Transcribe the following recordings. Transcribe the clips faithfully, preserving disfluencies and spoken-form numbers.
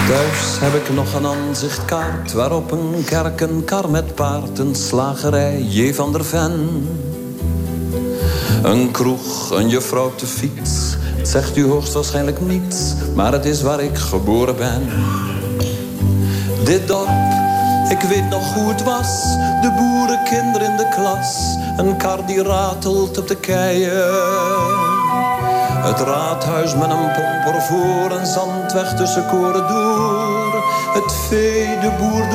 Thuis heb ik nog een aanzichtkaart waarop een kerk, een kar met paard, een slagerij, J. van der Ven. Een kroeg, een juffrouw op de fiets. Het zegt u hoogstwaarschijnlijk niets, maar het is waar ik geboren ben. Dit dorp, ik weet nog hoe het was. De boerenkinderen in de klas. Een kar die ratelt op de keien. Het raadhuis met een pomper voor, een zandweg tussen koren door. Het vee, de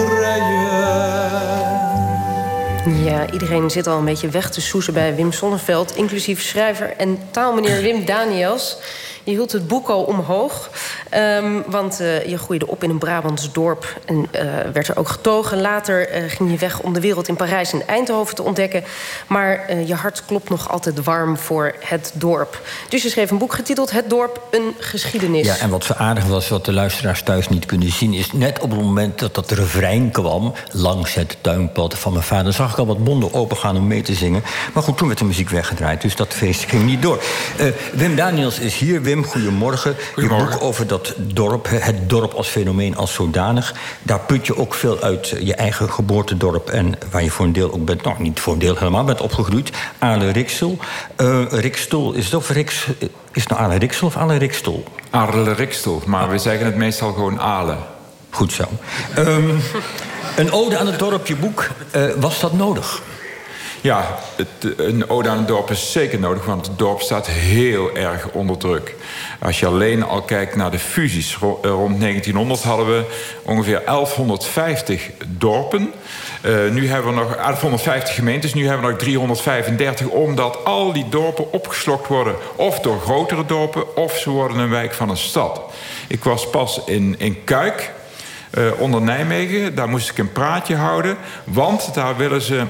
boerderijen. Ja, iedereen zit al een beetje weg te soezen bij Wim Sonneveld, inclusief schrijver en taalmeneer Wim Daniels. Je hield het boek al omhoog, um, want uh, je groeide op in een Brabants dorp en uh, werd er ook getogen. Later uh, ging je weg om de wereld in Parijs en Eindhoven te ontdekken. Maar uh, je hart klopt nog altijd warm voor het dorp. Dus je schreef een boek getiteld Het dorp, een geschiedenis. Ja, en wat zo aardig was, wat de luisteraars thuis niet kunnen zien, is net op het moment dat dat refrein kwam, langs het tuinpad van mijn vader, zag ik al wat monden opengaan om mee te zingen. Maar goed, toen werd de muziek weggedraaid, dus dat feest ging niet door. Uh, Wim Daniels is hier. Wim, goedemorgen. Goedemorgen. Je boek over dat dorp, het dorp als fenomeen, als zodanig. Daar put je ook veel uit je eigen geboortedorp en waar je voor een deel ook bent, nou niet voor een deel helemaal, bent opgegroeid. Aarle-Riksel. Uh, Rikstoel, is het of Riks, is het nou Aarle-Riksel of Aarle-Riksel? Aarle-Riksel, maar ah. we zeggen het meestal gewoon Aale. Goed zo. Um, een ode aan het dorp, je boek, uh, was dat nodig? Ja, het, een ode aan het dorp is zeker nodig, want het dorp staat heel erg onder druk. Als je alleen al kijkt naar de fusies. Rond negentienhonderd hadden we ongeveer elfhonderdvijftig dorpen. Uh, nu hebben we nog elfhonderdvijftig gemeentes, nu hebben we nog driehonderdvijfendertig... omdat al die dorpen opgeslokt worden, of door grotere dorpen, of ze worden een wijk van een stad. Ik was pas in, in Kuik, uh, onder Nijmegen. Daar moest ik een praatje houden, want daar willen ze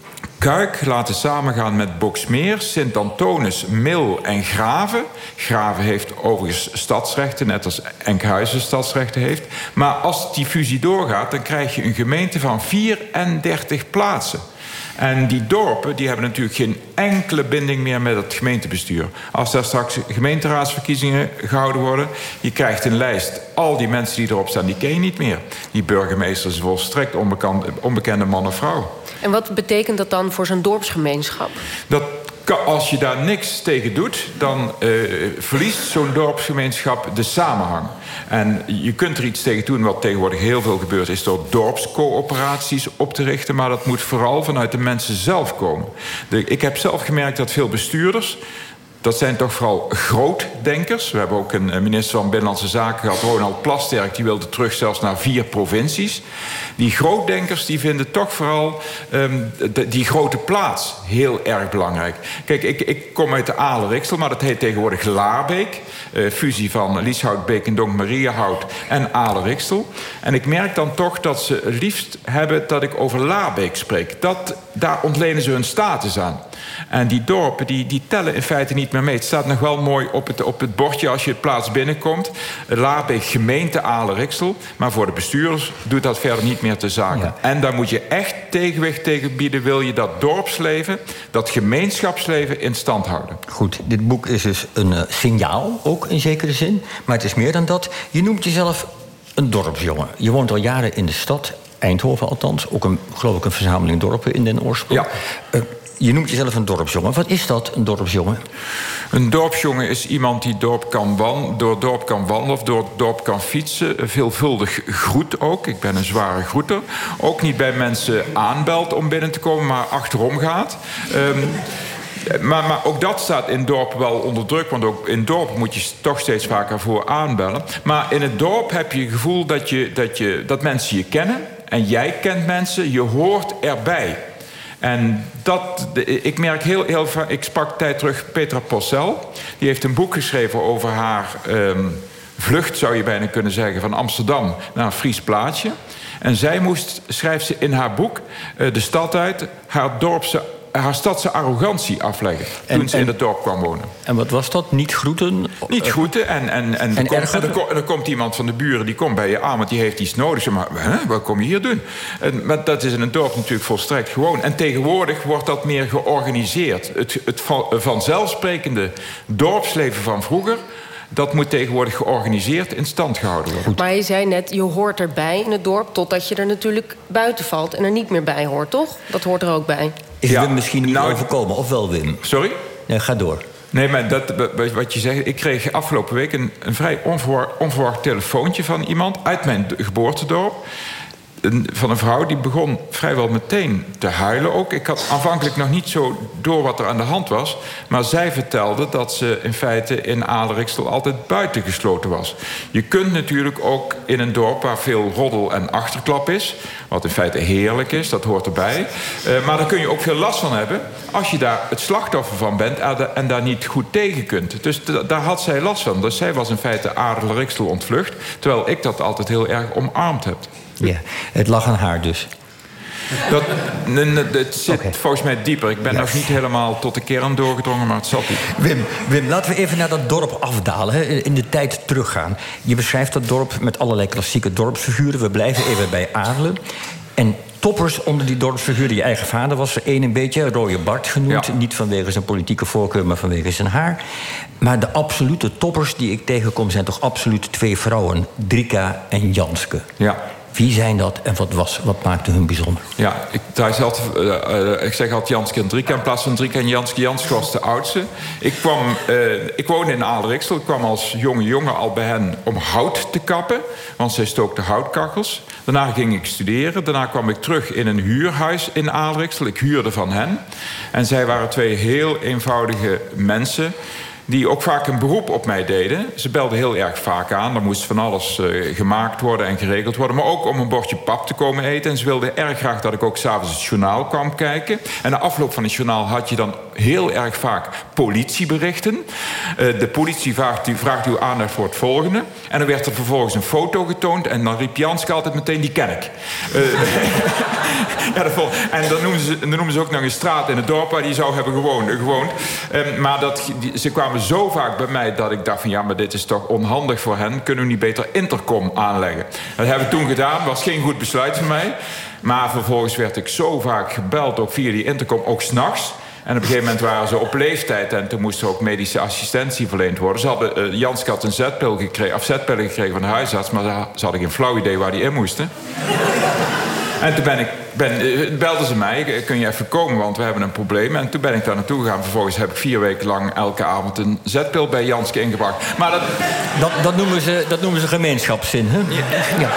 Kuik laten samengaan met Boxmeer, Sint-Antonis, Mil en Grave. Grave heeft overigens stadsrechten, net als Enkhuizen stadsrechten heeft. Maar als die fusie doorgaat, dan krijg je een gemeente van vierendertig plaatsen. En die dorpen die hebben natuurlijk geen enkele binding meer met het gemeentebestuur. Als daar straks gemeenteraadsverkiezingen gehouden worden, je krijgt een lijst. Al die mensen die erop staan, die ken je niet meer. Die burgemeester is volstrekt onbekend, onbekende man of vrouw. En wat betekent dat dan voor zo'n dorpsgemeenschap? Dat, als je daar niks tegen doet, dan uh, verliest zo'n dorpsgemeenschap de samenhang. En je kunt er iets tegen doen, wat tegenwoordig heel veel gebeurt, is door dorpscoöperaties op te richten. Maar dat moet vooral vanuit de mensen zelf komen. De, ik heb zelf gemerkt dat veel bestuurders, dat zijn toch vooral grootdenkers. We hebben ook een minister van Binnenlandse Zaken gehad, Ronald Plasterk, die wilde terug zelfs naar vier provincies. Die grootdenkers die vinden toch vooral um, de, die grote plaats heel erg belangrijk. Kijk, ik, ik kom uit de Aarle-Riksel, maar dat heet tegenwoordig Laarbeek. Uh, fusie van Lieshout-Beek en Donk-Mariehout en Aarle-Riksel. En ik merk dan toch dat ze het liefst hebben dat ik over Laarbeek spreek. Dat, daar ontlenen ze hun status aan. En die dorpen die, die tellen in feite niet meer mee. Het staat nog wel mooi op het, op het bordje als je het plaats binnenkomt. Laarbeek gemeente Aarle-Riksel. Maar voor de bestuurders doet dat verder niet meer te zaken. Ja. En daar moet je echt tegenwicht tegen bieden. Wil je dat dorpsleven, dat gemeenschapsleven in stand houden. Goed, dit boek is dus een uh, signaal, ook in zekere zin. Maar het is meer dan dat. Je noemt jezelf een dorpsjongen. Je woont al jaren in de stad, Eindhoven althans. Ook een, geloof ik een verzameling dorpen in den oorsprong. Ja. Uh, Je noemt jezelf een dorpsjongen. Wat is dat, een dorpsjongen? Een dorpsjongen is iemand die dorp kan wan- door het dorp kan wandelen of door het dorp kan fietsen. Veelvuldig groet ook. Ik ben een zware groeter. Ook niet bij mensen aanbelt om binnen te komen, maar achterom gaat. Um, Maar, maar ook dat staat in dorp wel onder druk. Want ook in dorp moet je toch steeds vaker voor aanbellen. Maar in het dorp heb je het gevoel dat, je, dat, je, dat mensen je kennen. En jij kent mensen. Je hoort erbij. En dat, ik merk heel, heel vaak, ik sprak tijd terug Petra Possel. Die heeft een boek geschreven over haar um, vlucht, zou je bijna kunnen zeggen, van Amsterdam naar een Fries plaatsje. En zij moest, schrijft ze in haar boek, uh, de stad uit, haar dorpse, haar stadse arrogantie afleggen. En, toen ze en, in het dorp kwam wonen. En wat was dat? Niet groeten? Niet groeten. En, en, en, en, er, komt, en, er, en er komt iemand van de buren, die komt bij je aan, want die heeft iets nodig. Zeg maar, hè, wat kom je hier doen? En, maar dat is in een dorp natuurlijk volstrekt gewoon. En tegenwoordig wordt dat meer georganiseerd. Het, het van, vanzelfsprekende dorpsleven van vroeger Dat moet tegenwoordig georganiseerd in stand gehouden worden. Maar je zei net, je hoort erbij in het dorp... totdat je er natuurlijk buiten valt en er niet meer bij hoort, toch? Dat hoort er ook bij. Is Ja, Wim misschien niet nou, overkomen, of wel, Wim? Sorry? Nee, ga door. Nee, maar dat, wat je zegt... Ik kreeg afgelopen week een, een vrij onverwacht, onverwacht telefoontje van iemand... uit mijn geboortedorp. Een, van een vrouw die begon vrijwel meteen te huilen ook. Ik had aanvankelijk nog niet zo door wat er aan de hand was. Maar zij vertelde dat ze in feite in Adelriksel altijd buitengesloten was. Je kunt natuurlijk ook in een dorp waar veel roddel en achterklap is... wat in feite heerlijk is, dat hoort erbij. Uh, maar daar kun je ook veel last van hebben... als je daar het slachtoffer van bent en daar niet goed tegen kunt. Dus d- daar had zij last van. Dus zij was in feite Adelriksel ontvlucht... terwijl ik dat altijd heel erg omarmd heb. Ja, het lag aan haar dus. Dat, het zit Okay. volgens mij dieper. Ik ben Ja. nog niet helemaal tot de kern doorgedrongen, maar het zat diep. Wim, Wim, laten we even naar dat dorp afdalen, hè, in de tijd teruggaan. Je beschrijft dat dorp met allerlei klassieke dorpsfiguren. We blijven even bij Adelen. En toppers onder die dorpsfiguren. Je eigen vader was er één een beetje, Rooie Bart genoemd. Ja. Niet vanwege zijn politieke voorkeur, maar vanwege zijn haar. Maar de absolute toppers die ik tegenkom zijn toch absoluut twee vrouwen. Drika en Janske. Ja. Wie zijn dat en wat, was, wat maakte hun bijzonder? Ja, ik, daar is altijd, uh, uh, ik zeg altijd Janske en Drika in plaats van Drika en Janske. Janske was de oudste. Ik, kwam, uh, ik woonde in Adelriksel. Ik kwam als jonge jongen al bij hen om hout te kappen. Want zij stookte houtkachels. Daarna ging ik studeren. Daarna kwam ik terug in een huurhuis in Adelriksel. Ik huurde van hen. En zij waren twee heel eenvoudige mensen... die ook vaak een beroep op mij deden. Ze belden heel erg vaak aan. Er moest van alles uh, gemaakt worden en geregeld worden. Maar ook om een bordje pap te komen eten. En ze wilden erg graag dat ik ook 's avonds het journaal kwam kijken. En na afloop van het journaal had je dan heel erg vaak politieberichten. Uh, de politie vraagt, vraagt uw aandacht voor het volgende. En dan werd er vervolgens een foto getoond. En dan riep Janske altijd meteen, die ken ik. Uh, ja, dat vol- en dan noemen, ze, dan noemen ze ook nog een straat in het dorp... waar die zou hebben gewoond. gewoond. Uh, maar dat, die, ze kwamen zo vaak bij mij dat ik dacht van... ja, maar dit is toch onhandig voor hen. Kunnen we niet beter intercom aanleggen? Dat hebben we toen gedaan. was geen goed besluit van mij. Maar vervolgens werd ik zo vaak gebeld, ook via die intercom, ook 's nachts. En op een gegeven moment waren ze op leeftijd... en toen moest er ook medische assistentie verleend worden. Ze hadden, uh, Janske had een zetpil gekregen, of zetpillen gekregen van de huisarts... maar ze hadden geen flauw idee waar die in moesten. En toen ben ik, ben, belden ze mij, kun je even komen, want we hebben een probleem. En toen ben ik daar naartoe gegaan. Vervolgens heb ik vier weken lang elke avond een zetpil bij Janske ingebracht. Maar dat... Dat, dat, noemen, ze, dat noemen ze gemeenschapszin, hè? Ja.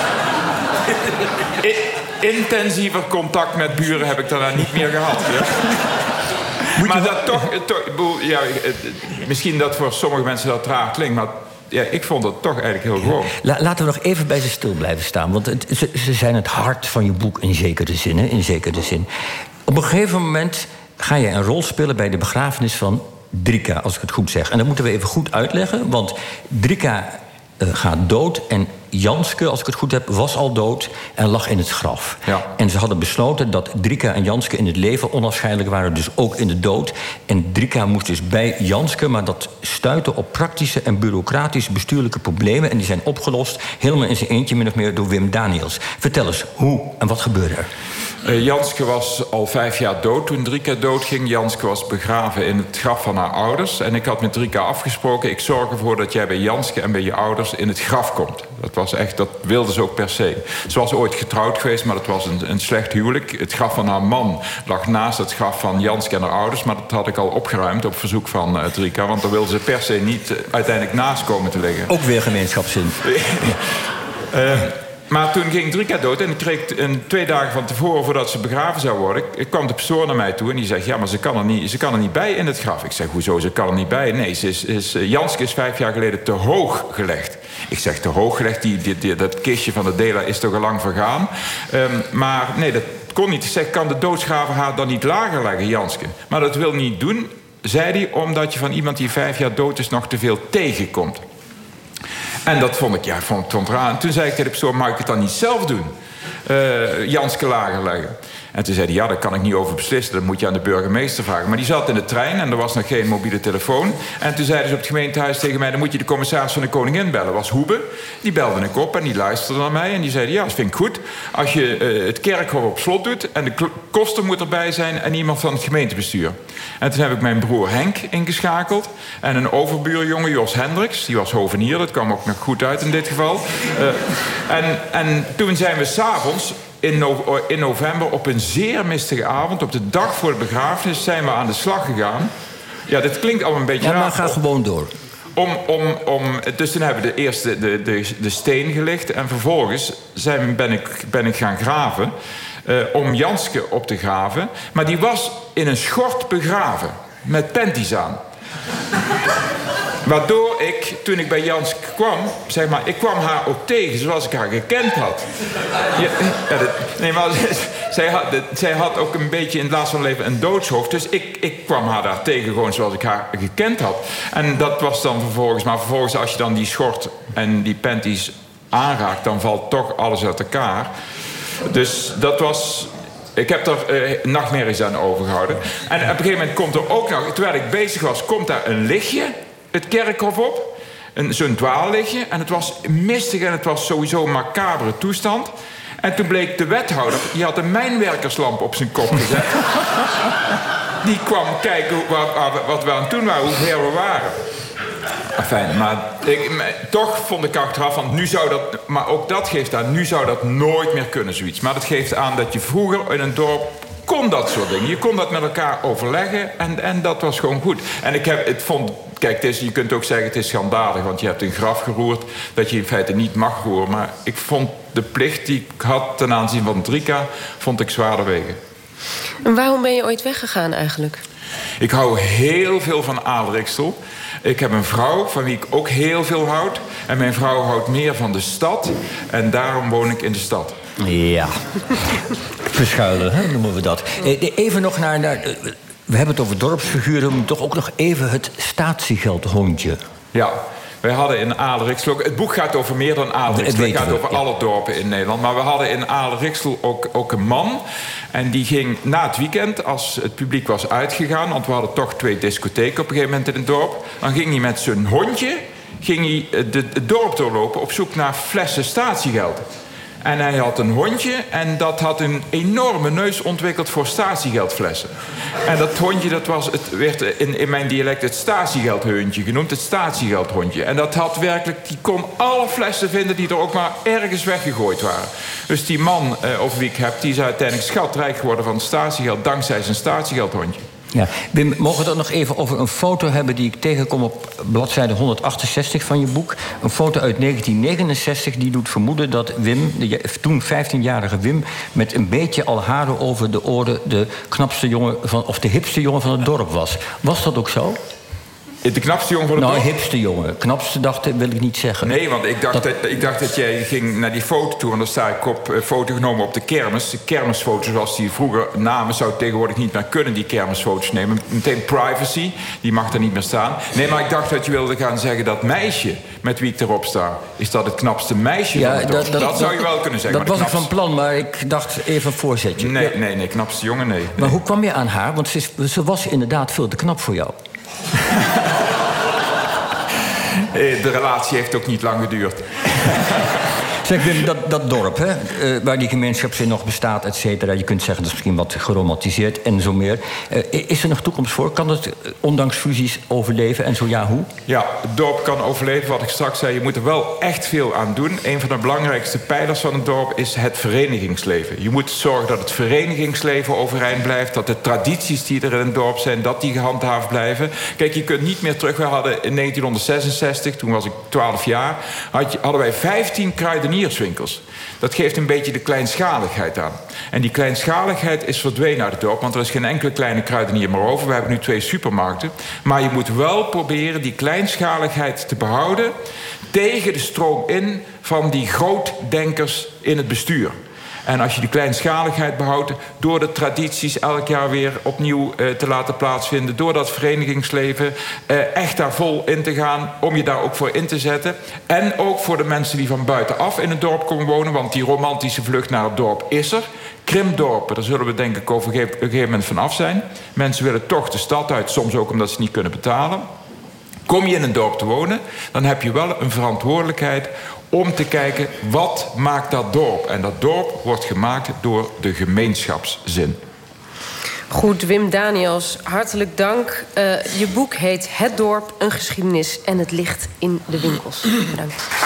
Intensiever contact met buren heb ik daarna niet meer gehad. Ja. Maar dat toch... toch ja, misschien dat voor sommige mensen dat raar klinkt, maar... Ja, ik vond het toch eigenlijk heel gewoon. La, laten we nog even bij ze stil blijven staan. Want het, ze, ze zijn het hart van je boek in zekere zin. Hè, in zekere zin. Op een gegeven moment ga je een rol spelen... bij de begrafenis van Drika, als ik het goed zeg. En dat moeten we even goed uitleggen. Want Drika uh, gaat dood en Janske, als ik het goed heb, was al dood en lag in het graf. Ja. En ze hadden besloten dat Drika en Janske in het leven onafscheidelijk waren, dus ook in de dood. En Drika moest dus bij Janske, maar dat stuitte op praktische en bureaucratische bestuurlijke problemen. En die zijn opgelost, helemaal in zijn eentje min of meer, door Wim Daniels. Vertel eens, hoe en wat gebeurde er? Uh, Janske was al vijf jaar dood toen Drika doodging. Janske was begraven in het graf van haar ouders. En ik had met Drika afgesproken, ik zorg ervoor dat jij bij Janske en bij je ouders in het graf komt. Dat was echt, dat wilde ze ook per se. Ze was ooit getrouwd geweest, maar dat was een, een slecht huwelijk. Het graf van haar man lag naast het graf van Janske en haar ouders. Maar dat had ik al opgeruimd op verzoek van uh, Drika. Want daar wilde ze per se niet uh, uiteindelijk naast komen te liggen. Ook weer gemeenschapszin. uh, Maar toen ging Drika dood en ik kreeg een, twee dagen van tevoren... voordat ze begraven zou worden, ik kwam de persoon naar mij toe... en die zegt, ja, maar ze kan er niet, ze kan er niet bij in het graf. Ik zeg, hoezo, ze kan er niet bij? Nee, ze is, is, Janske is vijf jaar geleden te hoog gelegd. Ik zeg, te hoog gelegd? Die, die, die, dat kistje van de Dela is toch al lang vergaan? Um, maar nee, dat kon niet. Ik zeg, kan de doodsgraver haar dan niet lager leggen, Janske? Maar dat wil niet doen, zei hij... omdat je van iemand die vijf jaar dood is nog te veel tegenkomt. En dat vond ik, ja, vond, vond raar. En toen zei ik tegen de persoon, mag ik het dan niet zelf doen? Uh, Janske lager leggen. En toen zei hij, ja, daar kan ik niet over beslissen. Dat moet je aan de burgemeester vragen. Maar die zat in de trein en er was nog geen mobiele telefoon. En toen zeiden ze op het gemeentehuis tegen mij, dan moet je de commissaris van de Koningin bellen. Dat was Hoebe. Die belde ik op en die luisterde naar mij. En die zei, ja, dat vind ik goed. Als je uh, het kerkhof op slot doet en de koster moet erbij zijn en iemand van het gemeentebestuur. En toen heb ik mijn broer Henk ingeschakeld. En een overbuurjongen, Jos Hendricks. Die was hovenier, dat kwam ook nog goed uit in dit geval. Uh, en, en toen zijn we s'avonds in, no- in november op een zeer mistige avond, op de dag voor de begrafenis, zijn we aan de slag gegaan. Ja, dit klinkt allemaal een beetje ja, raar. maar ga gewoon door. Om, om, om, dus toen hebben we de eerste de, de, de steen gelegd. En vervolgens zijn, ben, ik, ben ik gaan graven. Uh, om Janske op te graven. Maar die was in een schort begraven. Met panties aan. Waardoor ik, toen ik bij Janske kwam, zeg maar, ik kwam haar ook tegen zoals ik haar gekend had. Ja, ja, dat, nee, maar zij had, dat, zij had ook een beetje in het laatste van haar leven een doodshoofd. Dus ik, ik kwam haar daar tegen gewoon zoals ik haar gekend had. En dat was dan vervolgens, maar vervolgens als je dan die schort en die panties aanraakt, dan valt toch alles uit elkaar. Dus dat was... Ik heb er uh, nachtmerries aan overgehouden. En op een gegeven moment komt er ook nog, terwijl ik bezig was, komt daar een lichtje het kerkhof op. Een, zo'n dwaallichtje. En het was mistig en het was sowieso een macabere toestand. En toen bleek de wethouder, die had een mijnwerkerslamp op zijn kop gezet. Die kwam kijken wat, wat we aan het doen waren, hoe ver we waren. Fijn, maar ik, maar toch vond ik achteraf van nu zou dat, maar ook dat geeft aan, nu zou dat nooit meer kunnen, zoiets. Maar dat geeft aan dat je vroeger in een dorp kon dat soort dingen. Je kon dat met elkaar overleggen en, en dat was gewoon goed. En ik heb het vond, kijk, het is, je kunt ook zeggen het is schandalig, want je hebt een graf geroerd dat je in feite niet mag roeren. Maar ik vond de plicht die ik had ten aanzien van Drika, vond ik zwaarder wegen. En waarom ben je ooit weggegaan eigenlijk? Ik hou heel veel van Aderiksel. Ik heb een vrouw van wie ik ook heel veel houd. En mijn vrouw houdt meer van de stad. En daarom woon ik in de stad. Ja. Verschuilen, hè, noemen we dat. Even nog naar... naar we hebben het over dorpsfiguren. We moeten toch ook nog even het statiegeldhondje. Ja. Wij hadden in Aderiksel... Het boek gaat over meer dan Aderiksel. Het gaat over ja. alle dorpen in Nederland. Maar we hadden in Aderiksel ook, ook een man. En die ging na het weekend, als het publiek was uitgegaan... want we hadden toch twee discotheken op een gegeven moment in het dorp... dan ging hij met zijn hondje ging hij de, het dorp doorlopen op zoek naar flessen statiegeld. En hij had een hondje en dat had een enorme neus ontwikkeld voor statiegeldflessen. En dat hondje, dat was, het werd in, in mijn dialect het statiegeldheuntje genoemd, het statiegeldhondje. En dat had werkelijk, die kon alle flessen vinden die er ook maar ergens weggegooid waren. Dus die man eh, over wie ik heb, die is uiteindelijk schatrijk geworden van het statiegeld dankzij zijn statiegeldhondje. Ja, Wim, mogen we het nog even over een foto hebben die ik tegenkom op bladzijde honderdachtenzestig van je boek. Een foto uit negentien negenenzestig die doet vermoeden dat Wim, de toen vijftienjarige Wim, met een beetje al haren over de oren de knapste jongen van, of de hipste jongen van het dorp was. Was dat ook zo? De knapste jongen van het nou, dorp? Nou, hipste jongen. Knapste dacht, wil ik niet zeggen. Nee, want ik dacht dat... dat... ik dacht dat jij ging naar die foto toe... en dan sta ik op uh, foto genomen op de kermis. De kermisfoto's zoals die vroeger namen... zou tegenwoordig niet meer kunnen, die kermisfoto's nemen. Meteen privacy, die mag er niet meer staan. Nee, maar ik dacht dat je wilde gaan zeggen... dat meisje met wie ik erop sta... is dat het knapste meisje ja, van het dorp? Dat, dat, dat zou je wel kunnen zeggen. Dat was knapste... ik van plan, maar ik dacht even een voorzetje. Nee, ja. nee, nee, knapste jongen, nee. Maar nee. Hoe kwam je aan haar? Want ze, is, ze was inderdaad veel te knap voor jou. De relatie heeft ook niet lang geduurd. Zeg, Wim, dat, dat dorp, hè, uh, waar die gemeenschapszin nog bestaat, et cetera... je kunt zeggen, dat is misschien wat geromantiseerd en zo meer. Uh, is er nog toekomst voor? Kan het uh, ondanks fusies overleven en zo ja, hoe? Ja, het dorp kan overleven. Wat ik straks zei, je moet er wel echt veel aan doen. Een van de belangrijkste pijlers van het dorp is het verenigingsleven. Je moet zorgen dat het verenigingsleven overeind blijft... dat de tradities die er in het dorp zijn, dat die gehandhaafd blijven. Kijk, je kunt niet meer terug. We hadden in negentienhonderdzesenzestig, toen was ik twaalf jaar... Had je, hadden wij vijftien kruidenierswinkels. Dat geeft een beetje de kleinschaligheid aan. En die kleinschaligheid is verdwenen uit het dorp... want er is geen enkele kleine kruidenier meer over. We hebben nu twee supermarkten. Maar je moet wel proberen die kleinschaligheid te behouden... tegen de stroom in van die grootdenkers in het bestuur. En als je die kleinschaligheid behoudt, door de tradities elk jaar weer opnieuw uh, te laten plaatsvinden, door dat verenigingsleven uh, echt daar vol in te gaan, om je daar ook voor in te zetten. En ook voor de mensen die van buitenaf in het dorp komen wonen, want die romantische vlucht naar het dorp is er. Krimpdorpen, daar zullen we denk ik over een gegeven moment vanaf zijn. Mensen willen toch de stad uit, soms ook omdat ze het niet kunnen betalen. Kom je in een dorp te wonen, dan heb je wel een verantwoordelijkheid om te kijken, wat maakt dat dorp? En dat dorp wordt gemaakt door de gemeenschapszin. Goed, Wim Daniels, hartelijk dank. Uh, je boek heet Het Dorp, een geschiedenis en het ligt in de winkels. Bedankt.